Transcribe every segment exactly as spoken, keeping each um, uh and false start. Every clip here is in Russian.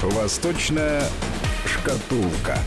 Восточная шкатулка.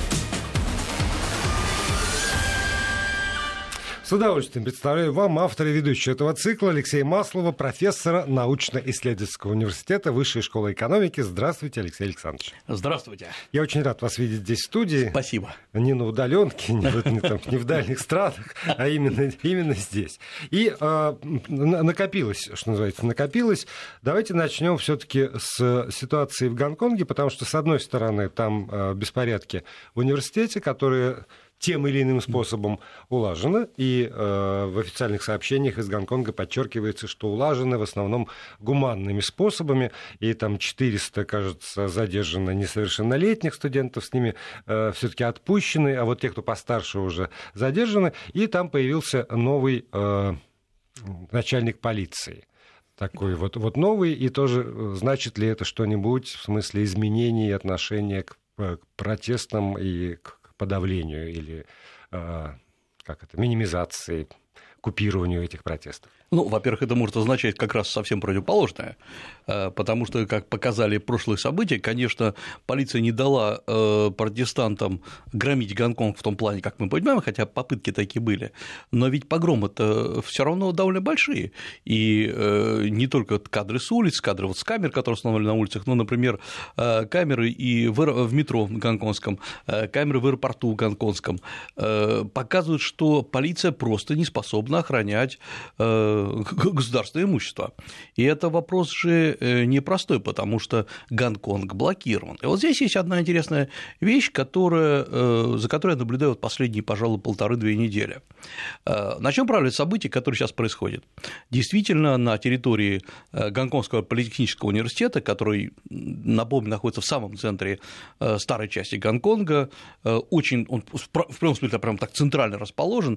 С удовольствием представляю вам автора и ведущего этого цикла Алексея Маслова, профессора научно-исследовательского университета Высшей школы экономики. Здравствуйте, Алексей Александрович. Здравствуйте. Я очень рад вас видеть здесь в студии. Спасибо. Не на удаленке, не, не, там, не в дальних странах, а именно, именно здесь. И э, накопилось, что называется, накопилось. Давайте начнем все-таки с ситуации в Гонконге, потому что, с одной стороны, там э, беспорядки в университете, которые тем или иным способом улажено, и э, в официальных сообщениях из Гонконга подчеркивается, что улажено в основном гуманными способами, и там четыреста, кажется, задержано несовершеннолетних студентов, с ними э, все-таки отпущены, а вот те, кто постарше, уже задержаны, и там появился новый э, начальник полиции. Такой вот, вот новый, и тоже значит ли это что-нибудь в смысле изменений отношения к, к протестам и к подавлению или э, как это, минимизации, купированию этих протестов? Ну, во-первых, это может означать как раз совсем противоположное, потому что, как показали прошлые события, конечно, полиция не дала протестантам громить Гонконг в том плане, как мы понимаем, хотя попытки такие были, но ведь погромы-то все равно довольно большие, и не только кадры с улиц, кадры вот с камер, которые установлены на улицах, но, например, камеры и в метро гонконгском, камеры в аэропорту гонконгском показывают, что полиция просто не способна охранять государственное имущество. И это вопрос же непростой, потому что Гонконг блокирован. И вот здесь есть одна интересная вещь, которая, за которой я наблюдаю вот последние, пожалуй, полторы-две недели. Начнем, правильно, с событий, которые сейчас происходят. Действительно, на территории Гонконгского политехнического университета, который, напомню, находится в самом центре старой части Гонконга, очень, он в прямом смысле прям так центрально расположен,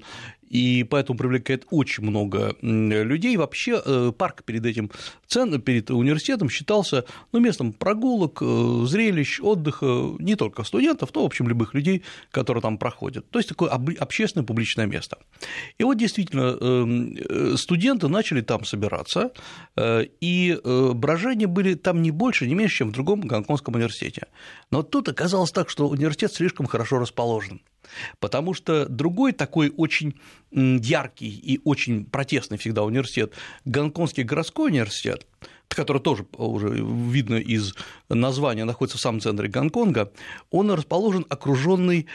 и поэтому привлекает очень много людей. Вообще парк перед этим, перед университетом считался, ну, местом прогулок, зрелищ, отдыха не только студентов, но, в общем, любых людей, которые там проходят. То есть такое общественное публичное место. И вот действительно студенты начали там собираться, и брожения были там не больше, не меньше, чем в другом Гонконгском университете. Но тут оказалось так, что университет слишком хорошо расположен. Потому что другой такой очень яркий и очень протестный всегда университет, Гонконгский городской университет, который тоже уже видно из названия, находится в самом центре Гонконга, он расположен окруженный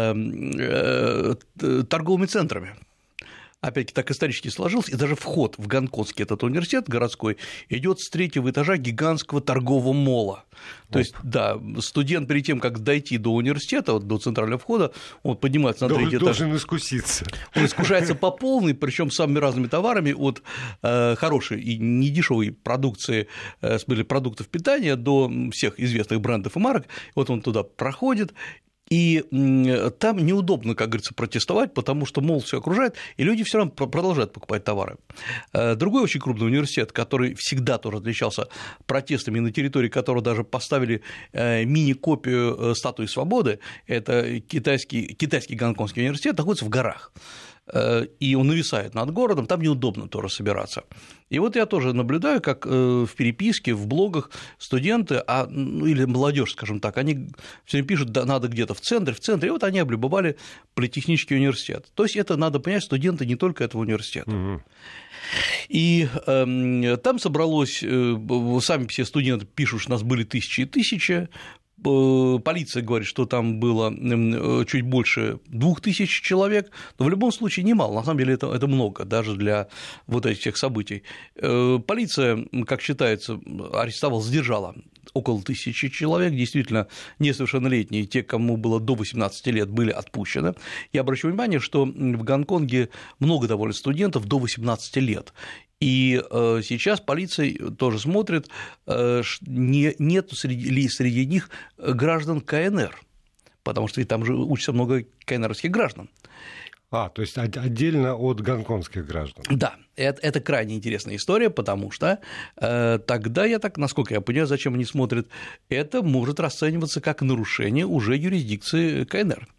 торговыми центрами. Опять-таки, так исторически сложилось, и даже вход в гонконгский этот университет городской идет с третьего этажа гигантского торгового мола. То есть, да, студент перед тем, как дойти до университета, вот, до центрального входа, он поднимается на третий этаж. Должен искуситься. Он искушается по полной, причем самыми разными товарами, от э, хорошей и недешевой продукции, э, продуктов питания до всех известных брендов и марок. Вот он туда проходит. И там неудобно, как говорится, протестовать, потому что, мол, все окружает, и люди все равно продолжают покупать товары. Другой очень крупный университет, который всегда тоже отличался протестами, на территории которого даже поставили мини-копию статуи свободы, это китайский, китайский Гонконгский университет, находится в горах. И он нависает над городом, там неудобно тоже собираться. И вот я тоже наблюдаю, как в переписке, в блогах студенты, а, ну, или молодежь, скажем так, они все время пишут, да, надо где-то в центре, в центре, и вот они облюбовали политехнический университет. То есть это, надо понять, студенты не только этого университета. Угу. И э, там собралось, э, сами все студенты пишут, что у нас были тысячи и тысячи. Полиция говорит, что там было чуть больше двух тысяч человек, но в любом случае немало, на самом деле это, это много, даже для вот этих всех событий. Полиция, как считается, арестовала, задержала около тысячи человек, действительно несовершеннолетние, те, кому было до восемнадцати лет, были отпущены. Я обращу внимание, что в Гонконге много довольно студентов до восемнадцати лет. И сейчас полиция тоже смотрит, не, нет среди, ли среди них граждан КНР, потому что там же учатся много КНРовских граждан. А, то есть отдельно от гонконгских граждан. Да, это, это крайне интересная история, потому что э, тогда, я так, насколько я понимаю, зачем они смотрят, это может расцениваться как нарушение уже юрисдикции КНР.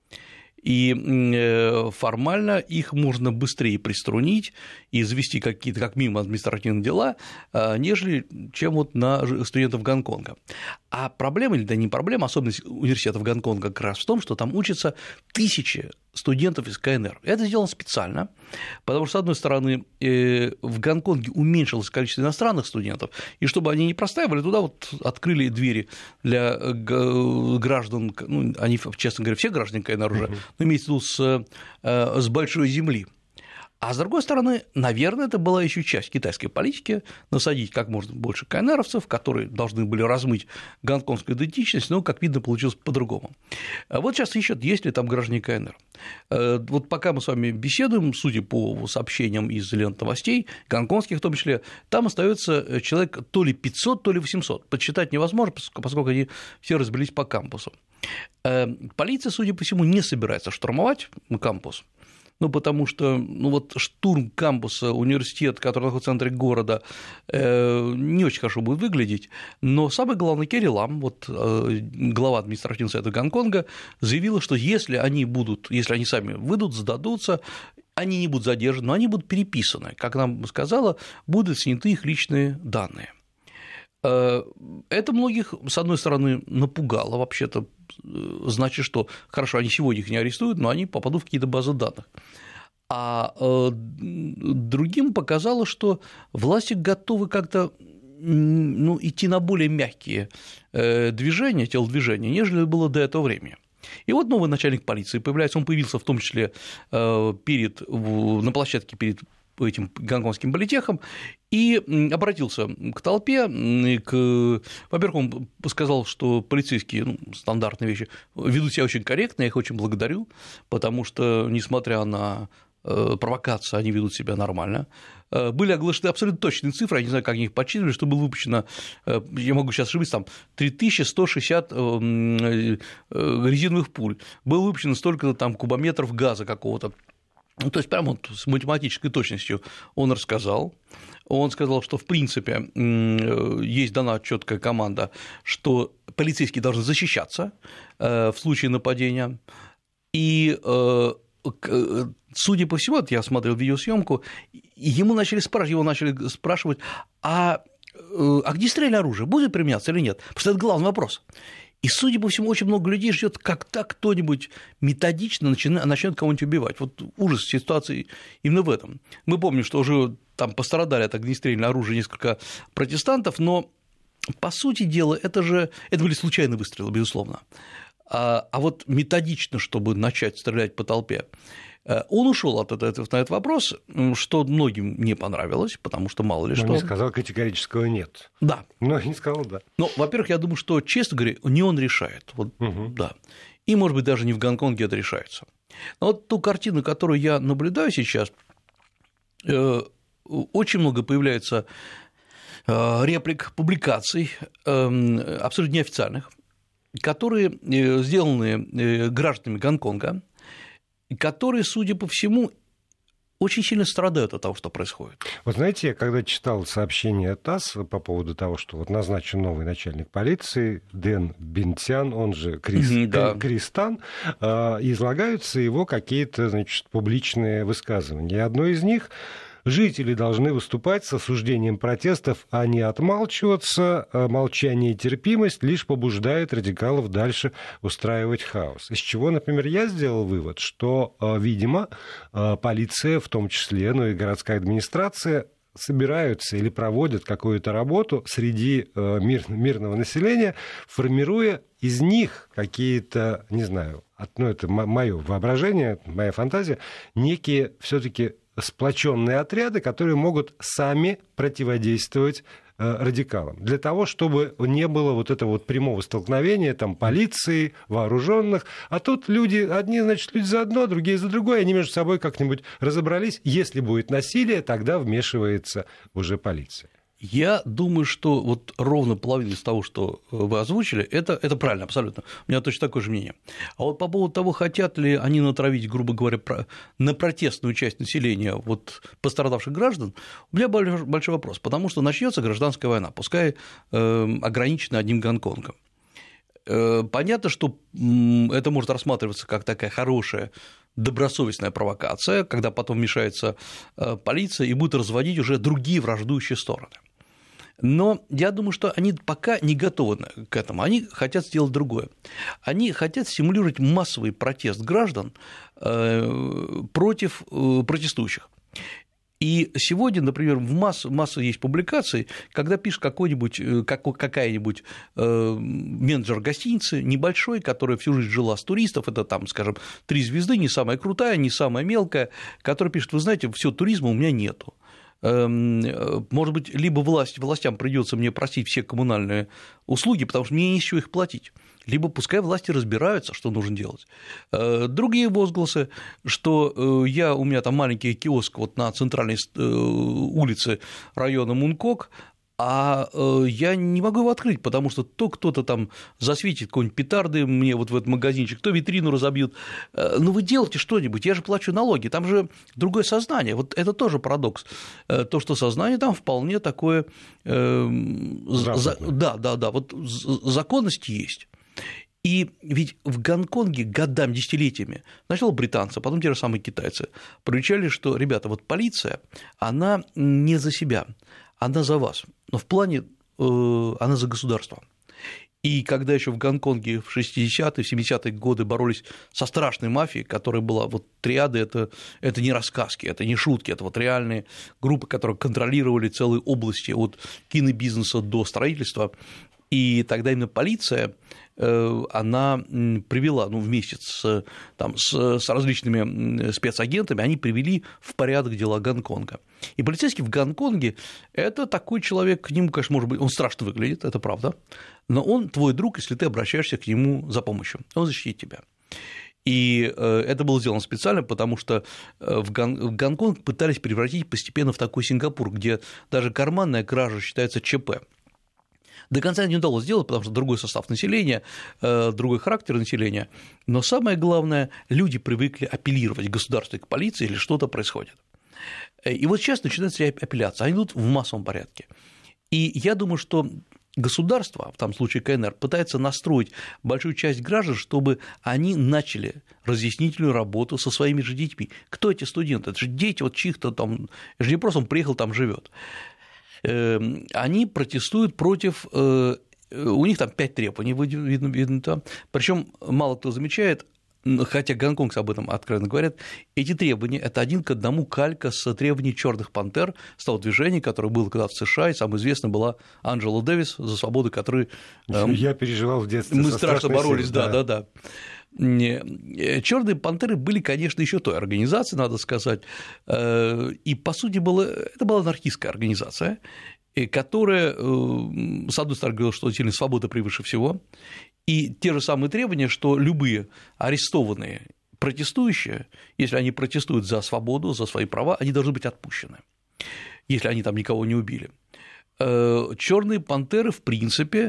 И формально их можно быстрее приструнить и завести какие-то как мимо административные дела, нежели чем вот на студентов Гонконга. А проблема, или да не проблема, особенность университетов Гонконга как раз в том, что там учатся тысячи студентов из КНР. Это сделано специально, потому что, с одной стороны, в Гонконге уменьшилось количество иностранных студентов, и чтобы они не простаивали, туда вот открыли двери для граждан, ну, они, честно говоря, все граждане КНР уже, но имеется в виду с, с большой земли. А с другой стороны, наверное, это была еще часть китайской политики – насадить как можно больше КНРовцев, которые должны были размыть гонконгскую идентичность, но, как видно, получилось по-другому. Вот сейчас ищут, есть ли там граждане КНР. Вот пока мы с вами беседуем, судя по сообщениям из лент новостей, гонконгских в том числе, там остается человек то ли пятьсот, то ли восемьсот. Подсчитать невозможно, поскольку они все разбрелись по кампусу. Полиция, судя по всему, не собирается штурмовать кампус. Ну, потому что ну, вот штурм кампуса университета, который находится в центре города, э, не очень хорошо будет выглядеть, но самое главное, Керри Лам, вот, э, глава административного совета Гонконга, заявила, что если они будут, если они сами выйдут, сдадутся, они не будут задержаны, но они будут переписаны. Как нам сказала, будут сняты их личные данные. Это многих, с одной стороны, напугало вообще-то, значит, что хорошо, они сегодня их не арестуют, но они попадут в какие-то базы данных. А другим показало, что власти готовы как-то ну, идти на более мягкие движения, телодвижения, нежели было до этого времени. И вот новый начальник полиции появляется, он появился в том числе перед, на площадке перед этим гонконгским политехом, и обратился к толпе, к... во-первых, он сказал, что полицейские, ну, стандартные вещи, ведут себя очень корректно, я их очень благодарю, потому что, несмотря на провокации, они ведут себя нормально. Были оглашены абсолютно точные цифры, я не знаю, как они их подсчитывали, что было выпущено, я могу сейчас ошибиться, там три тысячи сто шестьдесят резиновых пуль, было выпущено столько там кубометров газа какого-то. Ну, то есть, прямо вот с математической точностью он рассказал. Он сказал, что, в принципе, есть дана четкая команда, что полицейские должны защищаться в случае нападения. И, судя по всему, вот я смотрел видеосъемку, ему начали спрашивать, его начали спрашивать, а, а огнестрельное оружие будет применяться или нет? Потому что это главный вопрос. И, судя по всему, очень много людей ждет, когда кто-нибудь методично начнет кого-нибудь убивать. Вот ужас ситуации именно в этом. Мы помним, что уже там пострадали от огнестрельного оружия несколько протестантов, но, по сути дела, это же это были случайные выстрелы, безусловно. А, а вот методично, чтобы начать стрелять по толпе, он ушел от этого на этот вопрос, что многим не понравилось, потому что мало ли Но что. не сказал категорического нет. Да. Но не сказал да. Ну, во-первых, я думаю, что, честно говоря, не он решает. Вот, угу. Да. И, может быть, даже не в Гонконге это решается. Но вот ту картину, которую я наблюдаю сейчас, очень много появляется реплик, публикаций, абсолютно неофициальных, которые сделаны гражданами Гонконга, которые, судя по всему, очень сильно страдают от того, что происходит. Вот знаете, я когда читал сообщение ТАСС по поводу того, что вот назначен новый начальник полиции Дэн Бинтян, он же Крис, mm-hmm, да. Крис Тан, излагаются его какие-то, значит, публичные высказывания. И одно из них: жители должны выступать с осуждением протестов, а не отмалчиваться. Молчание и терпимость лишь побуждают радикалов дальше устраивать хаос. Из чего, например, я сделал вывод, что, видимо, полиция, в том числе, ну и городская администрация, собираются или проводят какую-то работу среди мир, мирного населения, формируя из них какие-то, не знаю, ну, это мое воображение, моя фантазия, некие все-таки сплоченные отряды, которые могут сами противодействовать э, радикалам. Для того, чтобы не было вот этого вот прямого столкновения там, полиции, вооруженных. А тут люди, одни, значит, люди за одно, другие за другое, они между собой как-нибудь разобрались. Если будет насилие, тогда вмешивается уже полиция. Я думаю, что вот ровно половина из того, что вы озвучили, это, это правильно, абсолютно. У меня точно такое же мнение. А вот по поводу того, хотят ли они натравить, грубо говоря, на протестную часть населения вот, пострадавших граждан, у меня большой вопрос, потому что начнется гражданская война, пускай э, ограничена одним Гонконгом. Э, понятно, что это может рассматриваться как такая хорошая добросовестная провокация, когда потом вмешается полиция и будет разводить уже другие враждующие стороны. Но я думаю, что они пока не готовы к этому, они хотят сделать другое. Они хотят стимулировать массовый протест граждан против протестующих. И сегодня, например, в массу, массу есть публикаций, когда пишет какой-нибудь, какая-нибудь э, менеджер гостиницы небольшой, которая всю жизнь жила с туристов, это там, скажем, три звезды, не самая крутая, не самая мелкая, которая пишет: вы знаете, все, туризма у меня нету. Может быть, либо власть, властям придется мне просить все коммунальные услуги, потому что мне нечего их платить, либо пускай власти разбираются, что нужно делать. Другие возгласы, что я, у меня там маленький киоск вот на центральной улице района Мункок, а я не могу его открыть, потому что то кто-то там засветит какой-нибудь петарды мне вот в этот магазинчик, то витрину разобьют. Ну вы делайте что-нибудь, я же плачу налоги, там же другое сознание. Вот это тоже парадокс. То, что сознание там вполне такое… За... Да, да, да, вот законность есть. И ведь в Гонконге годами, десятилетиями, сначала британцы, потом те же самые китайцы, привечали, что, ребята, вот полиция, она не за себя, она за вас, но в плане э, она за государство. И когда еще в Гонконге в шестидесятые, семидесятые годы боролись со страшной мафией, которая была, вот триады это, это не рассказки, это не шутки, это вот реальные группы, которые контролировали целые области от кинобизнеса до строительства, и тогда именно полиция, она привела, ну, вместе с, там, с, с различными спецагентами, они привели в порядок дела Гонконга. И полицейский в Гонконге – это такой человек, к нему, конечно, может быть, он страшно выглядит, это правда, но он твой друг, если ты обращаешься к нему за помощью, он защитит тебя. И это было сделано специально, потому что в Гонконг пытались превратить постепенно в такой Сингапур, где даже карманная кража считается ЧП. До конца не удалось сделать, потому что другой состав населения, другой характер населения, но самое главное, люди привыкли апеллировать к государству и к полиции, или что-то происходит. И вот сейчас начинается апелляция, они идут в массовом порядке. И я думаю, что государство, в том случае КНР, пытается настроить большую часть граждан, чтобы они начали разъяснительную работу со своими же детьми. Кто эти студенты? Это же дети вот чьих-то там, это же не просто он приехал, там живет. Они протестуют против, у них там пять требований, видно, видно там, причем мало кто замечает, хотя гонконгцы об этом откровенно говорят, эти требования – это один к одному калька с требований «Черных пантер», с того движения, которое было когда-то в США, и самое известное была Анджела Дэвис, за свободу которой я переживал в детстве. Мы страшно боролись, да, да, да. Черные пантеры были, конечно, еще той организацией, надо сказать, и, по сути, было, это была анархистская организация, которая, с одной стороны, говорила, что сильная свобода превыше всего, и те же самые требования, что любые арестованные протестующие, если они протестуют за свободу, за свои права, они должны быть отпущены, если они там никого не убили. Черные пантеры, в принципе,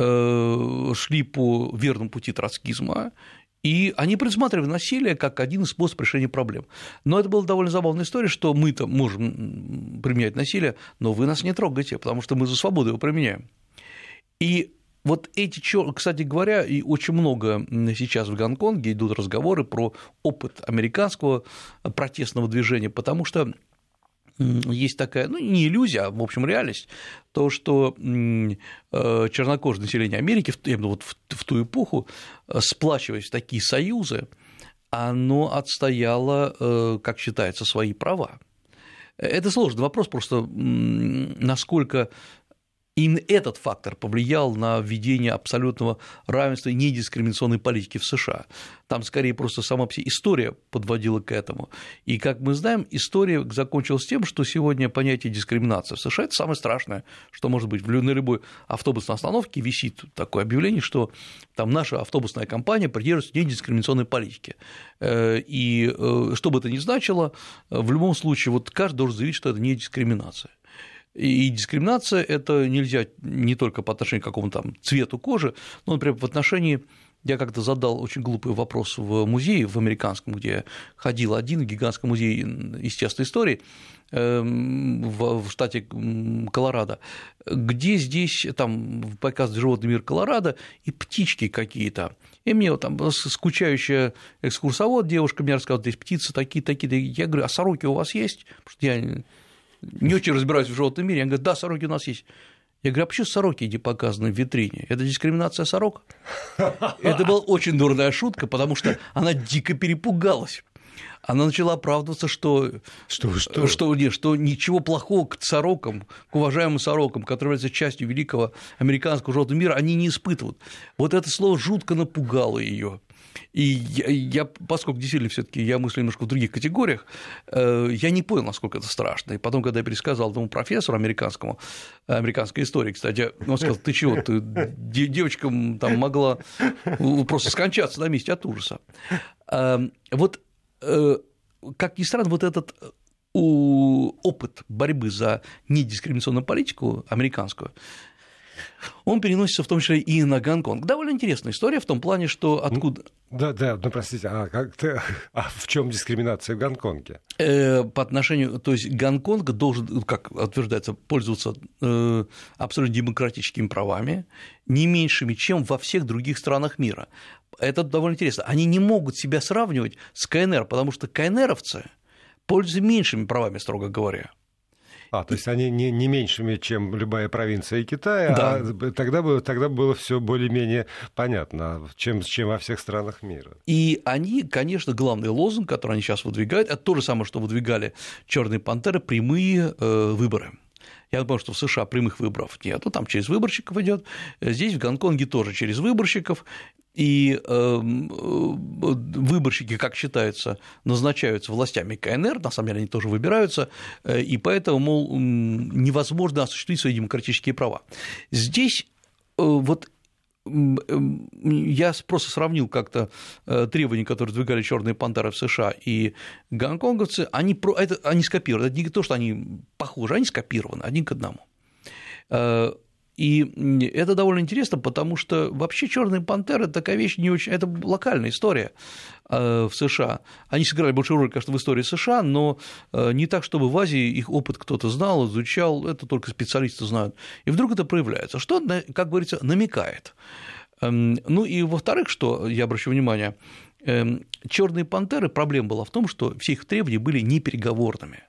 шли по верному пути троцкизма, и они предусматривали насилие как один из способов решения проблем. Но это была довольно забавная история, что мы-то можем применять насилие, но вы нас не трогаете, потому что мы за свободу его применяем. И вот эти, кстати говоря, и очень много сейчас в Гонконге идут разговоры про опыт американского протестного движения, потому что есть такая, ну, не иллюзия, а, в общем, реальность, то, что чернокожее население Америки, именно вот в ту эпоху, сплачиваясь в такие союзы, оно отстояло, как считается, свои права. Это сложный вопрос, просто насколько именно этот фактор повлиял на введение абсолютного равенства и недискриминационной политики в США. Там скорее просто сама история подводила к этому. И, как мы знаем, история закончилась тем, что сегодня понятие дискриминации в США – это самое страшное, что может быть. На любой автобусной остановке висит такое объявление, что там наша автобусная компания придерживается недискриминационной политики. И что бы это ни значило, в любом случае вот каждый должен заявить, что это не дискриминация. И дискриминация – это нельзя не только по отношению к какому-то там цвету кожи, но, например, в отношении… Я как-то задал очень глупый вопрос в музее, в американском, где я ходил один, в гигантском музее естественной истории в штате Колорадо, где здесь там показывает животный мир Колорадо и птички какие-то. И мне вот там скучающая экскурсовод, девушка мне рассказывала, здесь птицы такие-такие. Я говорю, а сороки у вас есть? Потому что я не очень разбираюсь в животном мире. Я говорю, да, сороки у нас есть. Я говорю, а почему сороки не показаны в витрине? Это дискриминация сорок? Это была очень дурная шутка, потому что она дико перепугалась. Она начала оправдываться, что, что, что? Что, не, что ничего плохого к сорокам, к уважаемым сорокам, которые являются частью великого американского животного мира, они не испытывают. Вот это слово жутко напугало ее. И я, я, поскольку действительно все-таки я мыслю немножко в других категориях, э, я не понял, насколько это страшно. И потом, когда я пересказал этому профессору американскому, американской истории, кстати, он сказал, ты чего, ты девочка там могла просто скончаться на месте от ужаса. Э, вот, э, как ни странно, вот этот опыт борьбы за недискриминационную политику американскую, он переносится в том числе и на Гонконг. Довольно интересная история в том плане, что откуда… Да, да, ну простите, а, как ты, а в чем дискриминация в Гонконге? Э, по отношению, то есть Гонконг должен, как утверждается, пользоваться э, абсолютно демократическими правами, не меньшими, чем во всех других странах мира. Это довольно интересно. Они не могут себя сравнивать с КНР, потому что КНРовцы пользуются меньшими правами, строго говоря. А, то есть они не, не меньшими, чем любая провинция Китая, да. а тогда, бы, тогда было все более-менее понятно, чем, чем во всех странах мира. И они, конечно, главный лозунг, который они сейчас выдвигают, это то же самое, что выдвигали «Черные пантеры» – прямые э, выборы. Я думаю, что в США прямых выборов нет, там через выборщиков идет. Здесь, в Гонконге, тоже через выборщиков. И выборщики, как считается, назначаются властями КНР, на самом деле они тоже выбираются, и поэтому, мол, невозможно осуществить свои демократические права. Здесь вот я просто сравнил как-то требования, которые выдвигали «Черные пантеры» в США и гонконговцы, они, это, они скопированы, это не то, что они похожи, они скопированы один к одному. И это довольно интересно, потому что вообще «Черные пантеры» – такая вещь не очень… Это локальная история в США. Они сыграли большую роль, конечно, в истории США, но не так, чтобы в Азии их опыт кто-то знал, изучал, это только специалисты знают. И вдруг это проявляется, что, как говорится, намекает. Ну и во-вторых, что я обращу внимание, «Черные пантеры» проблема была в том, что все их требования были непереговорными.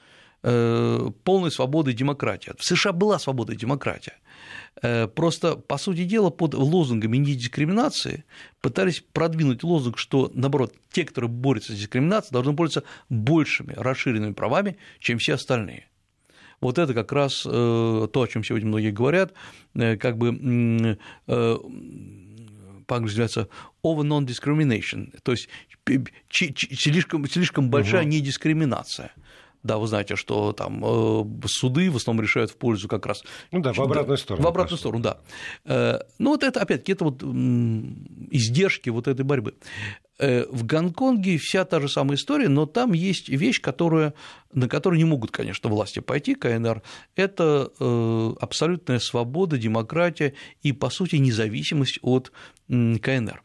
Полной свободы и демократия. В США была свобода и демократия. Просто, по сути дела, под лозунгами недискриминации пытались продвинуть лозунг, что, наоборот, те, которые борются с дискриминацией, должны пользоваться большими расширенными правами, чем все остальные. Вот это как раз то, о чем сегодня многие говорят, как бы по-английски называется over non-discrimination, то есть слишком, слишком большая угу. недискриминация. Да, вы знаете, что там э, суды в основном решают в пользу как раз… Ну да, в обратную сторону. В обратную сторону, да. Э, ну вот это, опять-таки, это вот издержки вот этой борьбы. Э, в Гонконге вся та же самая история, но там есть вещь, которая, на которую не могут, конечно, власти пойти, КНР, это э, абсолютная свобода, демократия и, по сути, независимость от э, КНР.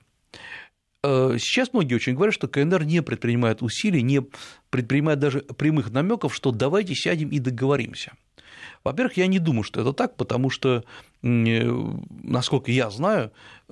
Сейчас многие очень говорят, что КНР не предпринимает усилий, не предпринимает даже прямых намеков, что давайте сядем и договоримся. Во-первых, я не думаю, что это так, потому что, насколько я знаю,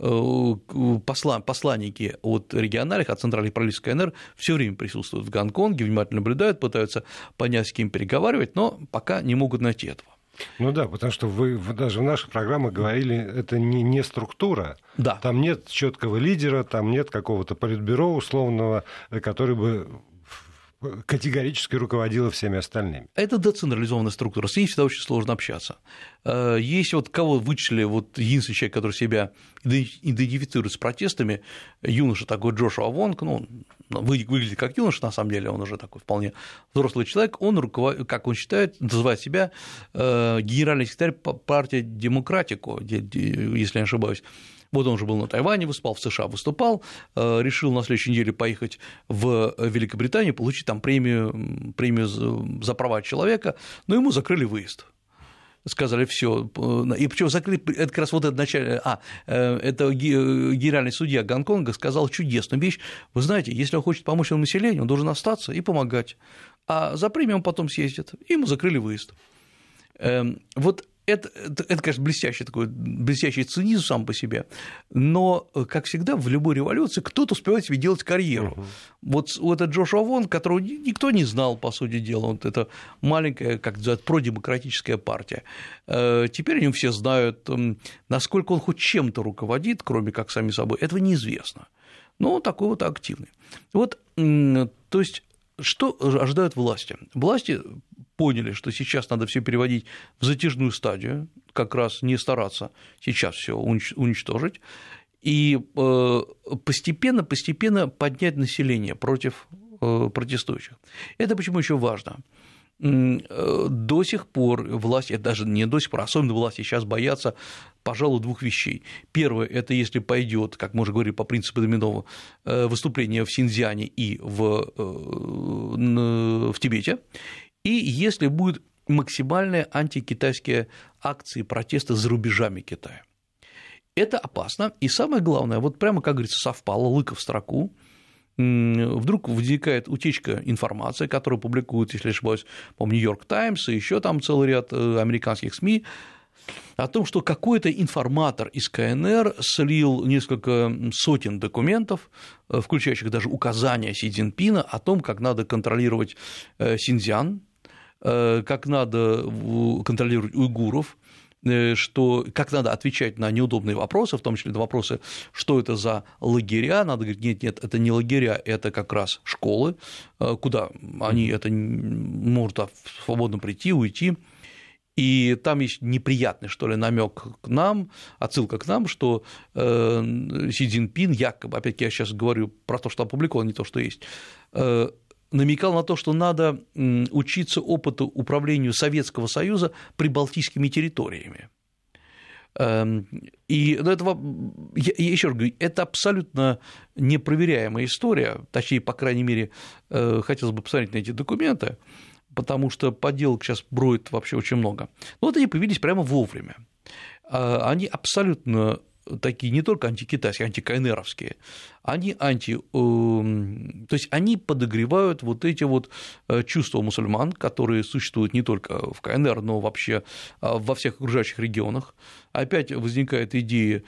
посланники от региональных, от центральных правительств КНР все время присутствуют в Гонконге, внимательно наблюдают, пытаются понять, с кем переговаривать, но пока не могут найти этого. Ну да, потому что вы даже в наших программах говорили, это не, не структура, да. Там нет четкого лидера, там нет какого-то политбюро условного, который бы категорически руководила всеми остальными. Это децентрализованная структура, с ней всегда очень сложно общаться. Есть вот кого вычислили, вот единственный человек, который себя идентифицирует с протестами, юноша такой Джошуа Вонг, ну, он выглядит как юноша, на самом деле, он уже такой вполне взрослый человек, он, руковод... как он считает, называет себя генеральный секретарь партии Демократику, если я не ошибаюсь. Вот он уже был на Тайване, выступал, в США выступал, решил на следующей неделе поехать в Великобританию, получить там премию, премию за права человека, но ему закрыли выезд. Сказали, все, и причем закрыли, это как раз вот это начало, а, это генеральный судья Гонконга сказал чудесную вещь, вы знаете, если он хочет помочь населению, он должен остаться и помогать, а за премию он потом съездит, и ему закрыли выезд. Вот Это, это, это, конечно, блестящий такой, блестящий цинизм сам по себе, но, как всегда, в любой революции кто-то успевает себе делать карьеру. Uh-huh. Вот, вот этот Джошуа Вон, которого никто не знал, по сути дела, вот это маленькая, как называют, продемократическая партия. Теперь они все знают, насколько он хоть чем-то руководит, кроме как сами собой, этого неизвестно. Но он такой вот активный. Вот, то есть, что ожидают власти? Власти поняли, что сейчас надо все переводить в затяжную стадию, как раз не стараться сейчас все уничтожить, и постепенно-постепенно поднять население против протестующих. Это почему еще важно? До сих пор власти, это даже не до сих пор, особенно власти сейчас боятся, пожалуй, двух вещей. Первое – это если пойдет, как мы уже говорили, по принципу Доминова, выступление в Синьцзяне и в, в Тибете, и если будут максимальные антикитайские акции протеста за рубежами Китая. Это опасно, и самое главное, вот прямо, как говорится, совпало, лыко в строку, вдруг возникает утечка информации, которую публикуют, если не ошибаюсь, по-моему, Нью-Йорк Таймс и еще там целый ряд американских СМИ, о том, что какой-то информатор из КНР слил несколько сотен документов, включающих даже указания Си Цзиньпина о том, как надо контролировать Синьцзян, как надо контролировать уйгуров, что как надо отвечать на неудобные вопросы, в том числе на вопросы, что это за лагеря, надо говорить, нет, нет, это не лагеря, это как раз школы, куда они это могут свободно прийти, уйти. И там есть неприятный, что ли, намек к нам, отсылка к нам, что Си Цзиньпин якобы, опять-таки я сейчас говорю про то, что опубликовано, не то, что есть, намекал на то, что надо учиться опыту управлению Советского Союза прибалтийскими территориями. И это, я еще раз говорю, это абсолютно непроверяемая история, точнее, по крайней мере, хотелось бы посмотреть на эти документы, потому что подделок сейчас броет вообще очень много. Но вот они появились прямо вовремя. Они абсолютно такие не только антикитайские, антикайнеровские, они анти, то есть они подогревают вот эти вот чувства мусульман, которые существуют не только в КНР, но вообще во всех окружающих регионах. Опять возникает идея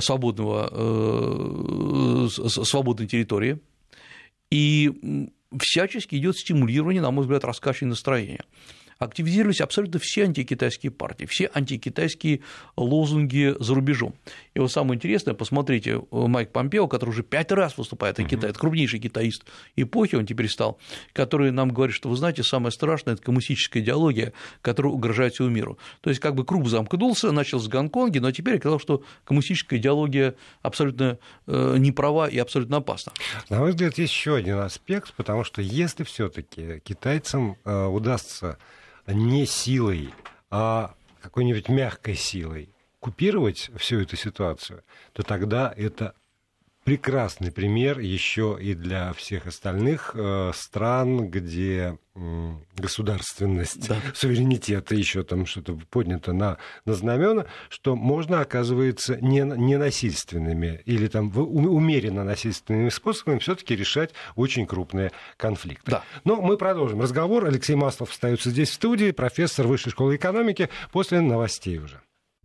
свободного, свободной территории, и всячески идет стимулирование, на мой взгляд, раскачивания настроения. Активизировались абсолютно все антикитайские партии, все антикитайские лозунги за рубежом. И вот самое интересное, посмотрите, Майк Помпео, который уже пять раз выступает о Китае, это крупнейший китаист эпохи, он теперь стал, который нам говорит, что, вы знаете, самое страшное – это коммунистическая идеология, которая угрожает всему миру. То есть, как бы круг замкнулся, начал с Гонконга, но теперь оказалось, что коммунистическая идеология абсолютно не права и абсолютно опасна. На мой взгляд, есть еще один аспект, потому что если все-таки китайцам удастся не силой, а какой-нибудь мягкой силой купировать всю эту ситуацию, то тогда это прекрасный пример еще и для всех остальных стран, где государственность, да. суверенитет и еще там что-то поднято на, на знамена, что можно, оказывается, не, не насильственными или там умеренно насильственными способами все-таки решать очень крупные конфликты. Да. Но мы продолжим разговор. Алексей Маслов остается здесь в студии, профессор Высшей школы экономики, после новостей уже.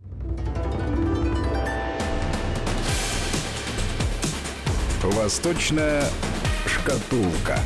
Восточная шкатулка.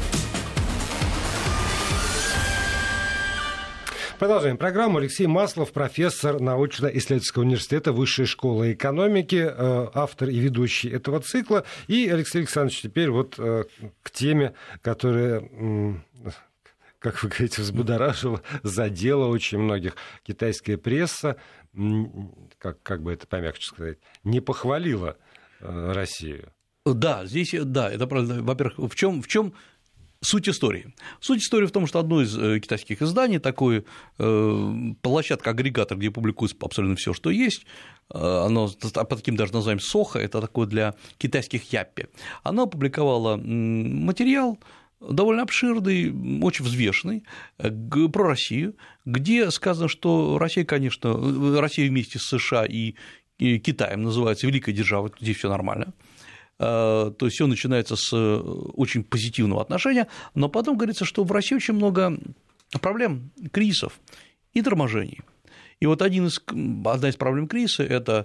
Продолжаем программу. Алексей Маслов, профессор научно-исследовательского университета Высшей школы экономики, автор и ведущий этого цикла. И, Алексей Александрович, теперь вот к теме, которая, как вы говорите, взбудоражила, задела очень многих. Китайская пресса, как, как бы это помягче сказать, не похвалила Россию. Да, здесь, да, это правда. Во-первых, в чем, в чем суть истории? Суть истории в том, что одно из китайских изданий, такой площадка-агрегатор, где публикуется абсолютно все, что есть, оно под таким даже названием Соха, это такое для китайских яппи, оно опубликовало материал довольно обширный, очень взвешенный, про Россию, где сказано, что Россия, конечно, Россия вместе с США и Китаем называется великой державой, здесь все нормально. То есть все начинается с очень позитивного отношения, но потом говорится, что в России очень много проблем, кризисов и торможений. И вот один из, одна из проблем кризиса – это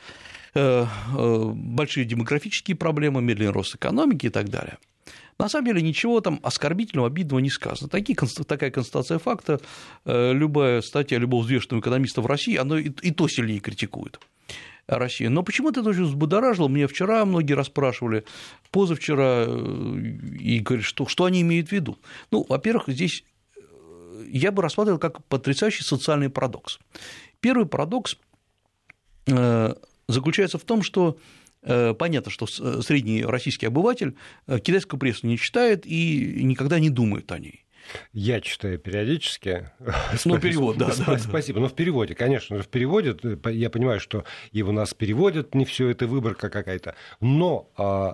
большие демографические проблемы, медленный рост экономики и так далее. На самом деле ничего там оскорбительного, обидного не сказано. Такие, такая констатация факта, любая статья любого взвешенного экономиста в России, она и, и то сильнее критикует Россию. Но почему-то это очень взбудоражило. Мне вчера многие расспрашивали, позавчера, и говорят, что, что они имеют в виду. Ну, во-первых, здесь я бы рассматривал как потрясающий социальный парадокс. Первый парадокс заключается в том, что понятно, что средний российский обыватель китайскую прессу не читает и никогда не думает о ней. Я читаю периодически. Ну, перевод, да, да. Спасибо. Но в переводе, конечно же, в переводе. Я понимаю, что и у нас переводят, не все это выборка какая-то. Но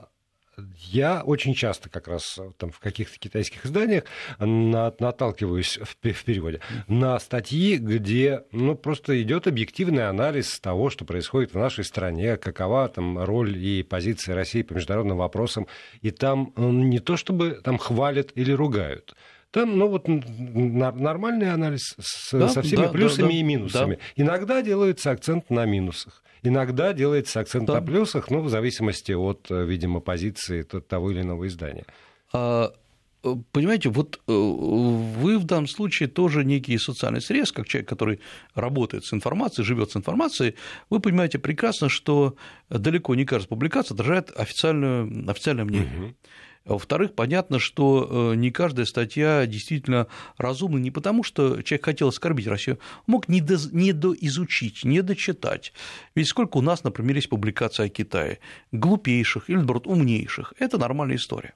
я очень часто как раз там, в каких-то китайских изданиях наталкиваюсь в переводе на статьи, где ну, просто идет объективный анализ того, что происходит в нашей стране, какова там роль и позиция России по международным вопросам. И там не то чтобы там хвалят или ругают. Там, ну, вот нормальный анализ с, да, со всеми да, плюсами да, и минусами. Да. Иногда делается акцент на минусах. Иногда делается акцент да. на плюсах, ну, в зависимости от, видимо, позиции того или иного издания. А, понимаете, вот вы в данном случае тоже некий социальный срез, как человек, который работает с информацией, живет с информацией, вы понимаете прекрасно, что далеко не каждая публикация отражает официальное, официальное мнение. Угу. Во-вторых, понятно, что не каждая статья действительно разумна не потому, что человек хотел оскорбить Россию, мог недоизучить, недочитать. Ведь сколько у нас, например, есть публикаций о Китае, глупейших или, наоборот, умнейших, это нормальная история.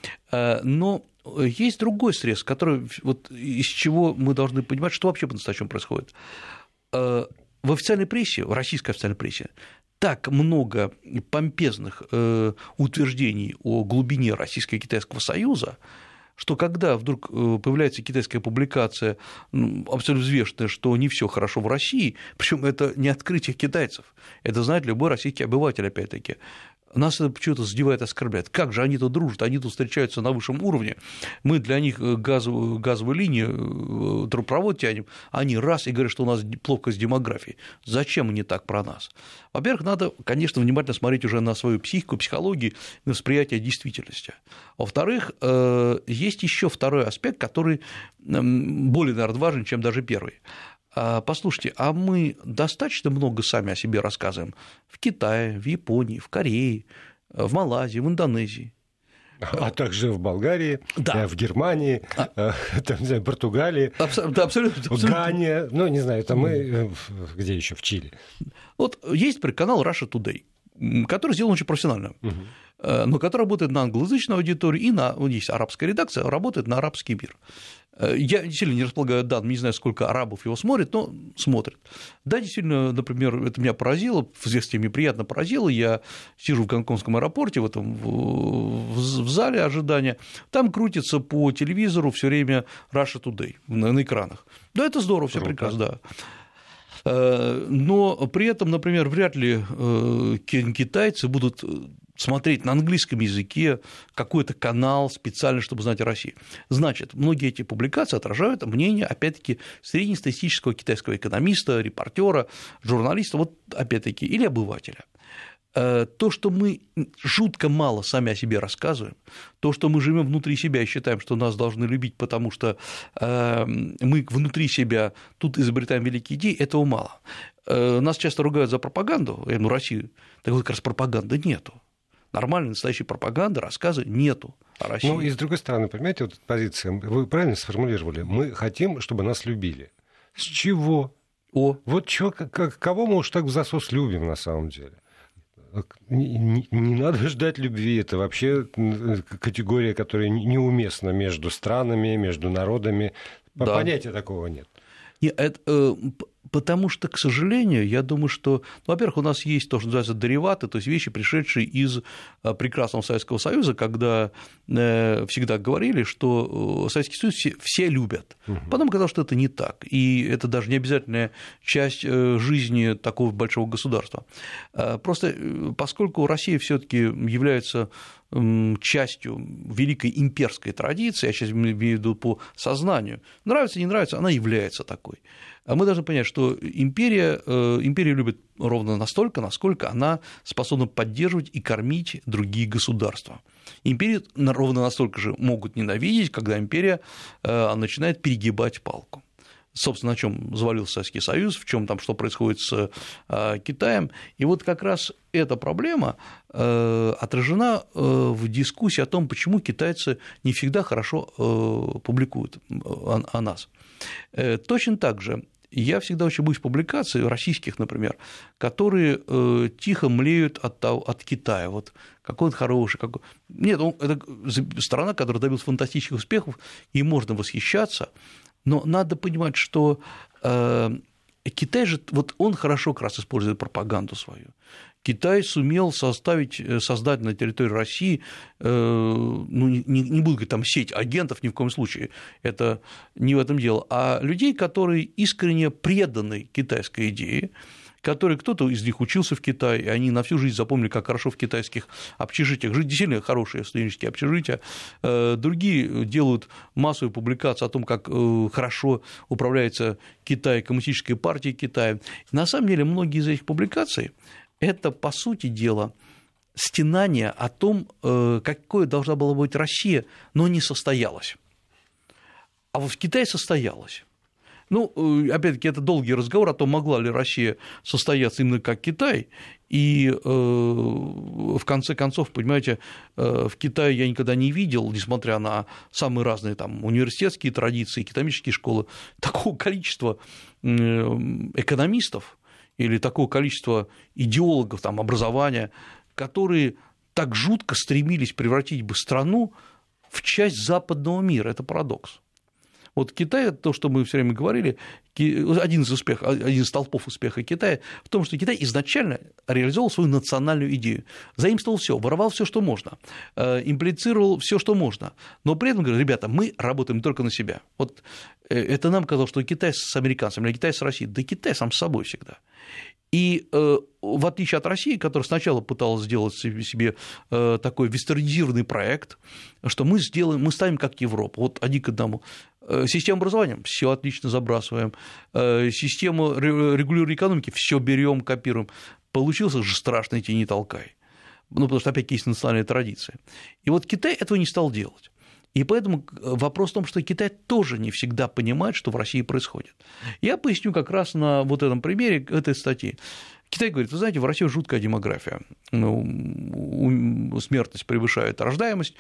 Но есть другой срез, который, вот, из чего мы должны понимать, что вообще по-настоящему происходит. В официальной прессе, в российской официальной прессе, так много помпезных э, утверждений о глубине Российско-Китайского союза, что когда вдруг появляется китайская публикация, ну, абсолютно взвешенная, что не все хорошо в России, причем это не открытие китайцев, это знает любой российский обыватель, опять-таки. Нас это почему-то задевает и оскорбляет. Как же они тут дружат, они тут встречаются на высшем уровне, мы для них газовую, газовую линию, трубопровод тянем, они раз и говорят, что у нас плохо с демографией. Зачем они так про нас? Во-первых, надо, конечно, внимательно смотреть уже на свою психику, психологию, на восприятие действительности. Во-вторых, есть еще второй аспект, который более, наверное, важен, чем даже первый. Послушайте, а мы достаточно много сами о себе рассказываем в Китае, в Японии, в Корее, в Малайзии, в Индонезии. А также в Болгарии, да. в Германии, а... там, не знаю, Португалии, Абсолютно, да, абсолютно, абсолютно. в Гане, ну, не знаю, там мы, где еще, в Чили. Вот есть канал Russia Today, который сделан очень профессионально, угу. но который работает на англоязычную аудиторию и на, есть арабская редакция, работает на арабский мир. Я сильно не располагаю данными, не знаю, сколько арабов его смотрят, но смотрят. Да, действительно, например, это меня поразило, в известии мне приятно поразило, я сижу в гонконгском аэропорте, в этом в зале ожидания, там крутится по телевизору все время Russia Today на, на экранах. Да, это здорово, все прекрасно, да. Но при этом, например, вряд ли китайцы будут смотреть на английском языке какой-то канал специально, чтобы знать о России. Значит, многие эти публикации отражают мнение, опять-таки, среднестатистического китайского экономиста, репортера, журналиста, вот опять-таки, или обывателя. То, что мы жутко мало сами о себе рассказываем, то, что мы живем внутри себя и считаем, что нас должны любить, потому что мы внутри себя тут изобретаем великие идеи, этого мало. Нас часто ругают за пропаганду, ну, Россию, так вот как раз пропаганды нету. Нормальной, настоящей пропаганды, рассказа нету о России. Ну, и с другой стороны, понимаете, вот эта позиция, вы правильно сформулировали, мы хотим, чтобы нас любили. С чего? О. Вот чё, как, кого мы уж так в засос любим на самом деле? Не, не, не надо ждать любви, это вообще категория, которая неуместна между странами, между народами, да. Понятия такого нет. Нет, это, потому что, к сожалению, я думаю, что, ну, во-первых, у нас есть то, что называется дериваты, то есть вещи, пришедшие из прекрасного Советского Союза, когда всегда говорили, что Советский Союз все, все любят. Угу. Потом оказалось, что это не так, и это даже не обязательная часть жизни такого большого государства. Просто поскольку Россия все-таки является частью великой имперской традиции, я сейчас имею в виду по сознанию, нравится, не нравится, она является такой. мы должны понять, что империя, империя любит ровно настолько, насколько она способна поддерживать и кормить другие государства. Империи ровно настолько же могут ненавидеть, когда империя начинает перегибать палку. Собственно, на чем завалился Советский Союз, в чем там что происходит с Китаем. И вот как раз эта проблема отражена в дискуссии о том, почему китайцы не всегда хорошо публикуют о нас. Точно так же я всегда очень боюсь публикаций российских, например, которые тихо млеют от, от Китая. Вот какой он хороший. Какой... Нет, он, это страна, которая добилась фантастических успехов, и можно восхищаться. Но надо понимать, что э, Китай же, вот он хорошо как раз использует пропаганду свою. Китай сумел составить, создать на территории России, э, ну, не, не буду говорить, там, сеть агентов ни в коем случае, это не в этом дело, а людей, которые искренне преданы китайской идее, которые кто-то из них учился в Китае, и они на всю жизнь запомнили, как хорошо в китайских общежитиях жить, действительно хорошие студенческие общежития, другие делают массовые публикации о том, как хорошо управляется Китай, коммунистической партией Китая. На самом деле многие из этих публикаций – это, по сути дела, стенание о том, какой должна была быть Россия, но не состоялась. А вот в Китае состоялась. Ну, опять-таки, это долгий разговор о том, могла ли Россия состояться именно как Китай, и э, в конце концов, понимаете, э, в Китае я никогда не видел, несмотря на самые разные там университетские традиции, экономические школы, такого количества экономистов или такого количества идеологов там, образования, которые так жутко стремились превратить бы страну в часть западного мира. Это парадокс. Вот Китай, то, что мы все время говорили, один из, успехов, один из столпов успеха Китая в том, что Китай изначально реализовал свою национальную идею, заимствовал все, воровал все, что можно, имплицировал все, что можно, но при этом говорил: ребята, мы работаем только на себя. Вот это нам казалось, что Китай с американцами, или Китай с Россией, да Китай сам с собой всегда. И э, в отличие от России, которая сначала пыталась сделать себе э, такой вестернизированный проект, что мы сделаем, мы ставим как Европа, вот один к одному. Э, систему образования все отлично забрасываем, э, систему регулирования экономики все берем, копируем. Получился же страшный тяни толкай. Ну, потому что опять есть национальные традиции. И вот Китай этого не стал делать. И поэтому вопрос в том, что Китай тоже не всегда понимает, что в России происходит. Я поясню как раз на вот этом примере этой статьи. Китай говорит: вы знаете, в России жуткая демография, ну, смертность превышает рождаемость,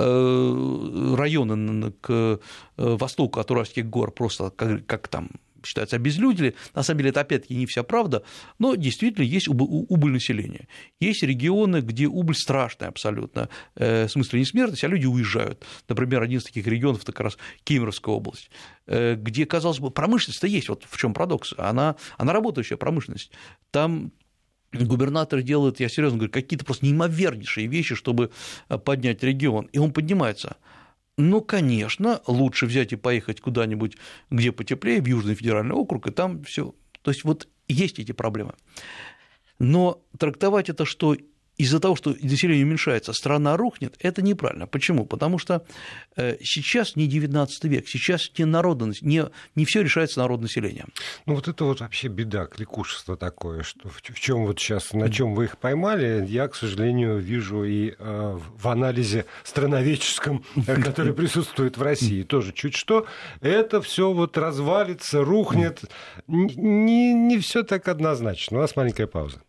районы к востоку от Уральских гор просто как, как там считаются обезлюдили. На самом деле это опять-таки не вся правда, но действительно есть убыль населения. Есть регионы, где убыль страшная абсолютно, в смысле не смертность, а люди уезжают. Например, один из таких регионов – это как раз Кемеровская область, где, казалось бы, промышленность-то есть, вот в чем парадокс, она, она работающая промышленность. Там губернатор делает, я серьезно говорю, какие-то просто неимовернейшие вещи, чтобы поднять регион, и он поднимается. Ну, конечно, лучше взять и поехать куда-нибудь, где потеплее, в Южный федеральный округ, и там все. То есть вот есть эти проблемы. Но трактовать это, что из-за того, что население уменьшается, страна рухнет, это неправильно. Почему? Потому что сейчас не девятнадцатый век, сейчас не, народность, не, не все решается народонаселением. Ну, вот это вот вообще беда, кликушество такое, что в, в чем вот сейчас, на чем вы их поймали, я, к сожалению, вижу и э, в анализе страноведческом, который присутствует в России, тоже чуть что, это все вот развалится, рухнет, не, не все так однозначно. У нас маленькая пауза.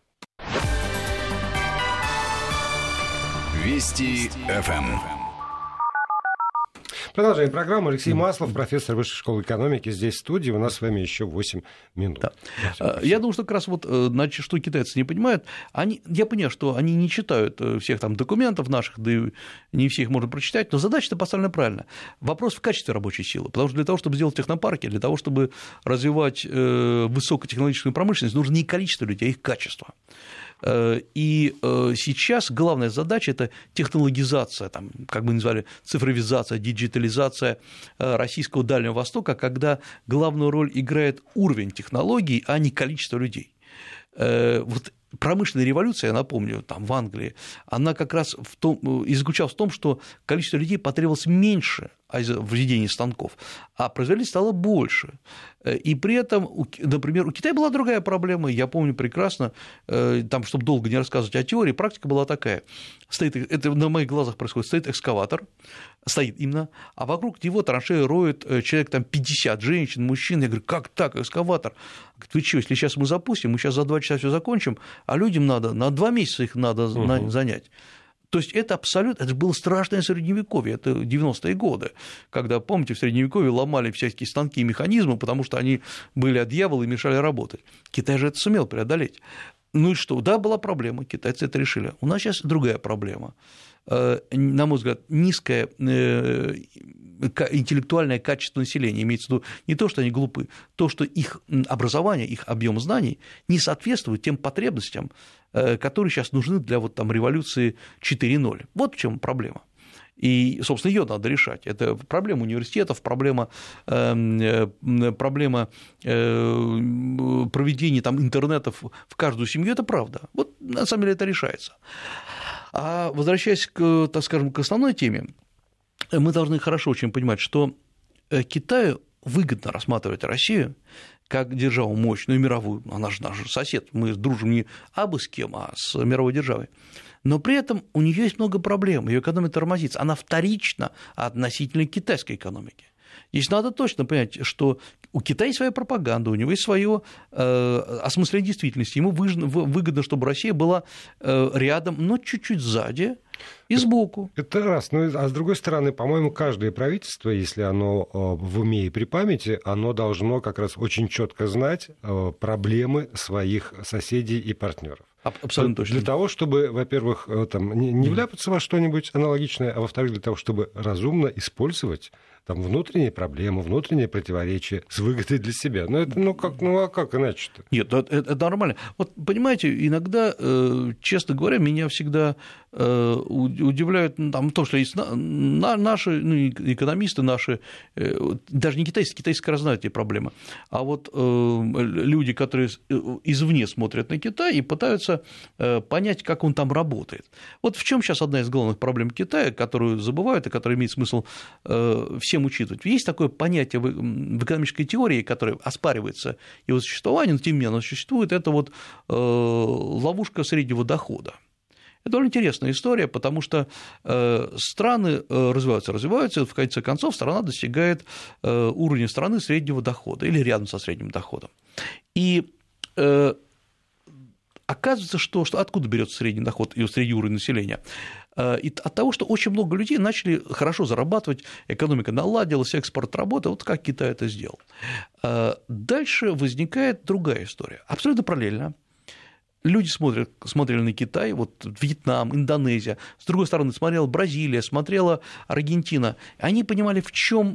Вести эф эм. Продолжаем программу. Алексей Маслов, профессор Высшей школы экономики, здесь в студии. У нас с вами еще восемь минут. Да. Я думаю, что как раз вот, значит, что китайцы не понимают, они, я понимаю, что они не читают всех там документов наших, да и не все их можно прочитать, но задача-то поставлена правильно. Вопрос в качестве рабочей силы, потому что для того, чтобы сделать технопарки, для того, чтобы развивать высокотехнологичную промышленность, нужно не количество людей, а их качество. И сейчас главная задача – это технологизация, там, как мы назвали, цифровизация, диджитализация российского Дальнего Востока, когда главную роль играет уровень технологий, а не количество людей. Вот промышленная революция, я напомню, там, в Англии, она как раз в том, и заключалась в том, что количество людей потребовалось меньше, а из-за введения станков, а производительность стала больше. И при этом, например, у Китая была другая проблема, я помню прекрасно, там, чтобы долго не рассказывать о теории, практика была такая. Стоит, это на моих глазах происходит, стоит экскаватор, стоит именно, а вокруг него траншеи роет человек там пятьдесят, женщин, мужчин. Я говорю, как так, экскаватор? Говорит, вы что, если сейчас мы запустим, мы сейчас за два часа все закончим, а людям надо, на два месяца их надо угу. занять. То есть это абсолютно, это было страшное средневековье, это девяностые годы, когда, помните, в средневековье ломали всякие станки и механизмы, потому что они были от дьявола и мешали работать. Китай же это сумел преодолеть. Ну и что? Да, была проблема, китайцы это решили. У нас сейчас другая проблема. На мой взгляд, низкое интеллектуальное качество населения, имеется в виду не то, что они глупы, то, что их образование, их объем знаний не соответствует тем потребностям, которые сейчас нужны для вот там революции четыре ноль. Вот в чем проблема. И, собственно, ее надо решать. Это проблема университетов, проблема, проблема проведения там интернетов в каждую семью, это правда. Вот на самом деле это решается. А возвращаясь к, так скажем, к основной теме, мы должны хорошо очень понимать, что Китаю выгодно рассматривать Россию как державу мощную, мировую, она же наш сосед, мы дружим не абы с кем, а с мировой державой. Но при этом у нее есть много проблем, ее экономика тормозится, она вторична относительно китайской экономики. Здесь надо точно понять, что у Китая есть своя пропаганда, у него есть свое э, осмысление действительности, ему выгодно, чтобы Россия была э, рядом, но чуть-чуть сзади и сбоку. Это раз. Ну, а с другой стороны, по-моему, каждое правительство, если оно в уме и при памяти, оно должно как раз очень четко знать проблемы своих соседей и партнеров. Абсолютно точно. Для того, чтобы, во-первых, там, не вляпаться во что-нибудь аналогичное, а во-вторых, для того, чтобы разумно использовать там внутренние проблемы, внутренние противоречия с выгодой для себя. Ну, это, ну, как, ну а как иначе-то? Нет, это, это нормально. Вот, понимаете, иногда, честно говоря, меня всегда удивляют там, то, что есть наши ну, экономисты, наши, даже не китайские, китайцы как раз знают эти проблемы, а вот люди, которые извне смотрят на Китай и пытаются понять, как он там работает. Вот в чем сейчас одна из главных проблем Китая, которую забывают и которая имеет смысл всем учитывать. Есть такое понятие в экономической теории, которое оспаривается его существованием, но тем не менее оно существует, это вот ловушка среднего дохода. Это довольно интересная история, потому что страны развиваются, развиваются, и в конце концов страна достигает уровня страны среднего дохода или рядом со средним доходом. И оказывается, что, что откуда берется средний доход и средний уровень населения? И от того, что очень много людей начали хорошо зарабатывать, экономика наладилась, экспорт работал, вот как Китай это сделал. Дальше возникает другая история, абсолютно параллельно. Люди смотрят, смотрели на Китай, вот Вьетнам, Индонезия, с другой стороны смотрела Бразилия, смотрела Аргентина, они понимали, в чем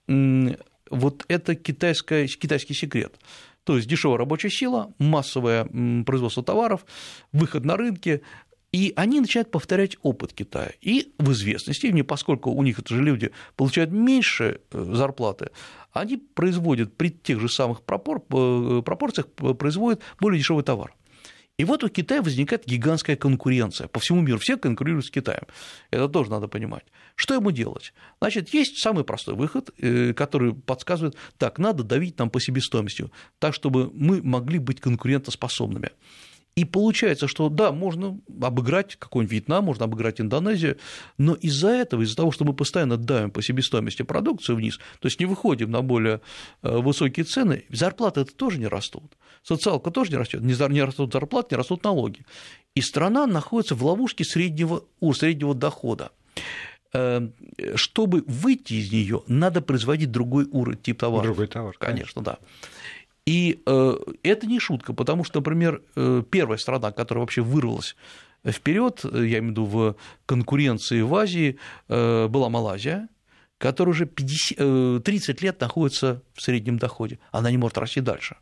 вот это китайский секрет. То есть дешевая рабочая сила, массовое производство товаров, выход на рынки, и они начинают повторять опыт Китая. И в известной степени, поскольку у них это же люди получают меньше зарплаты, они производят при тех же самых пропорциях производят более дешевый товар. И вот у Китая возникает гигантская конкуренция по всему миру, все конкурируют с Китаем, это тоже надо понимать. Что ему делать? Значит, есть самый простой выход, который подсказывает, так, надо давить нам по себестоимости, так, чтобы мы могли быть конкурентоспособными. И получается, что да, можно обыграть какой-нибудь Вьетнам, можно обыграть Индонезию, но из-за этого, из-за того, что мы постоянно давим по себестоимости продукции вниз, то есть не выходим на более высокие цены, зарплаты это тоже не растут, социалка тоже не растет, не растут зарплаты, не растут налоги. И страна находится в ловушке среднего, у среднего дохода. Чтобы выйти из нее, надо производить другой уровень, тип товара. Другой товар. Конечно, да. И это не шутка, потому что, например, первая страна, которая вообще вырвалась вперед, я имею в виду в конкуренции в Азии, была Малайзия, которая уже пятьдесят, тридцать лет находится в среднем доходе, она не может расти дальше.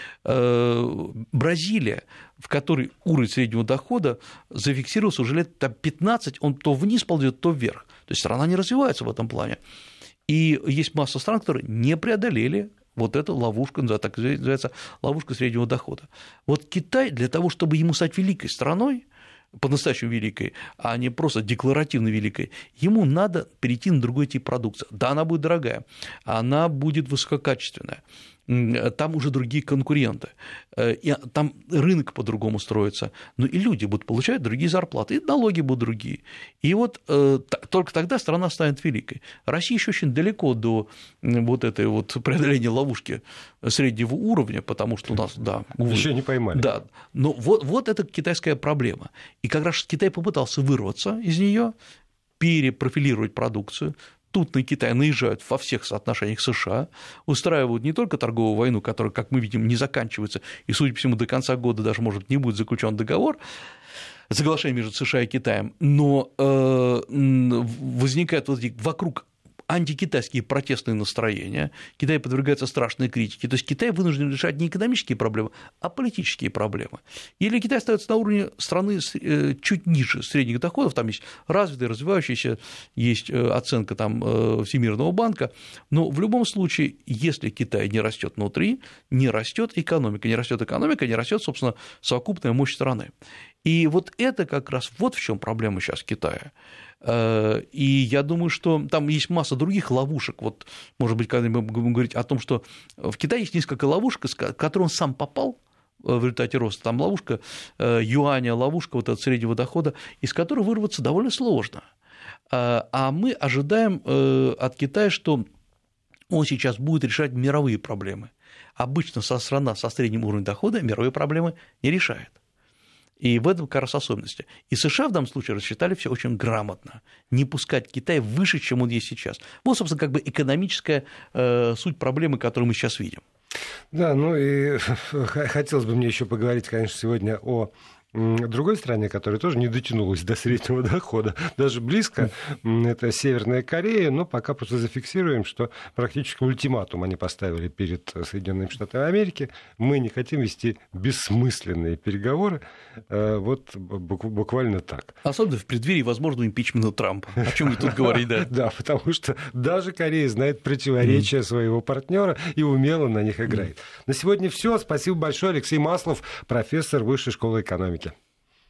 Бразилия, в которой уровень среднего дохода зафиксировался уже лет пятнадцать, он то вниз ползет, то вверх, то есть страна не развивается в этом плане. И есть масса стран, которые не преодолели вот эта ловушка, так называется, ловушка среднего дохода. Вот Китай для того, чтобы ему стать великой страной, по-настоящему великой, а не просто декларативно великой, ему надо перейти на другой тип продукции. Да, она будет дорогая, она будет высококачественная, там уже другие конкуренты, и там рынок по-другому строится, но и люди будут получать другие зарплаты, и налоги будут другие. И вот только тогда страна станет великой. Россия еще очень далеко до вот этой вот преодоления ловушки среднего уровня, потому что у нас, да... Еще не поймали. Да, но вот, вот это китайская проблема. И как раз Китай попытался вырваться из нее, перепрофилировать продукцию. Тут на Китай наезжают во всех соотношениях США, устраивают не только торговую войну, которая, как мы видим, не заканчивается, и, судя по всему, до конца года даже, может, не будет заключен договор, соглашение между США и Китаем, но э, возникают вот эти вокруг антикитайские протестные настроения, Китай подвергается страшной критике, то есть Китай вынужден решать не экономические проблемы, а политические проблемы. Или Китай остается на уровне страны чуть ниже средних доходов, там есть развитые, развивающиеся, есть оценка там Всемирного банка, но в любом случае, если Китай не растет внутри, не растет экономика, не растет экономика, не растет, собственно, совокупная мощь страны. И вот это как раз вот в чем проблема сейчас Китая. И я думаю, что там есть масса других ловушек. Вот, может быть, когда мы будем говорить о том, что в Китае есть несколько ловушек, в которые он сам попал в результате роста. Там ловушка юаня, ловушка вот от среднего дохода, из которой вырваться довольно сложно. А мы ожидаем от Китая, что он сейчас будет решать мировые проблемы. Обычно страна со средним уровнем дохода мировые проблемы не решает. И в этом как раз особенности. И США в данном случае рассчитали все очень грамотно. Не пускать Китай выше, чем он есть сейчас. Вот, собственно, как бы экономическая э, суть проблемы, которую мы сейчас видим. Да, ну и хотелось бы мне еще поговорить, конечно, сегодня о другой стране, которая тоже не дотянулась до среднего дохода, даже близко, это Северная Корея, но пока просто зафиксируем, что практически ультиматум они поставили перед Соединенными Штатами Америки. Мы не хотим вести бессмысленные переговоры, вот буквально так. Особенно в преддверии возможного импичмента Трампа. О чем мы тут говорим, да? Да, потому что даже Корея знает противоречия своего партнера и умело на них играет. На сегодня все. Спасибо большое. Алексей Маслов, профессор Высшей школы экономики.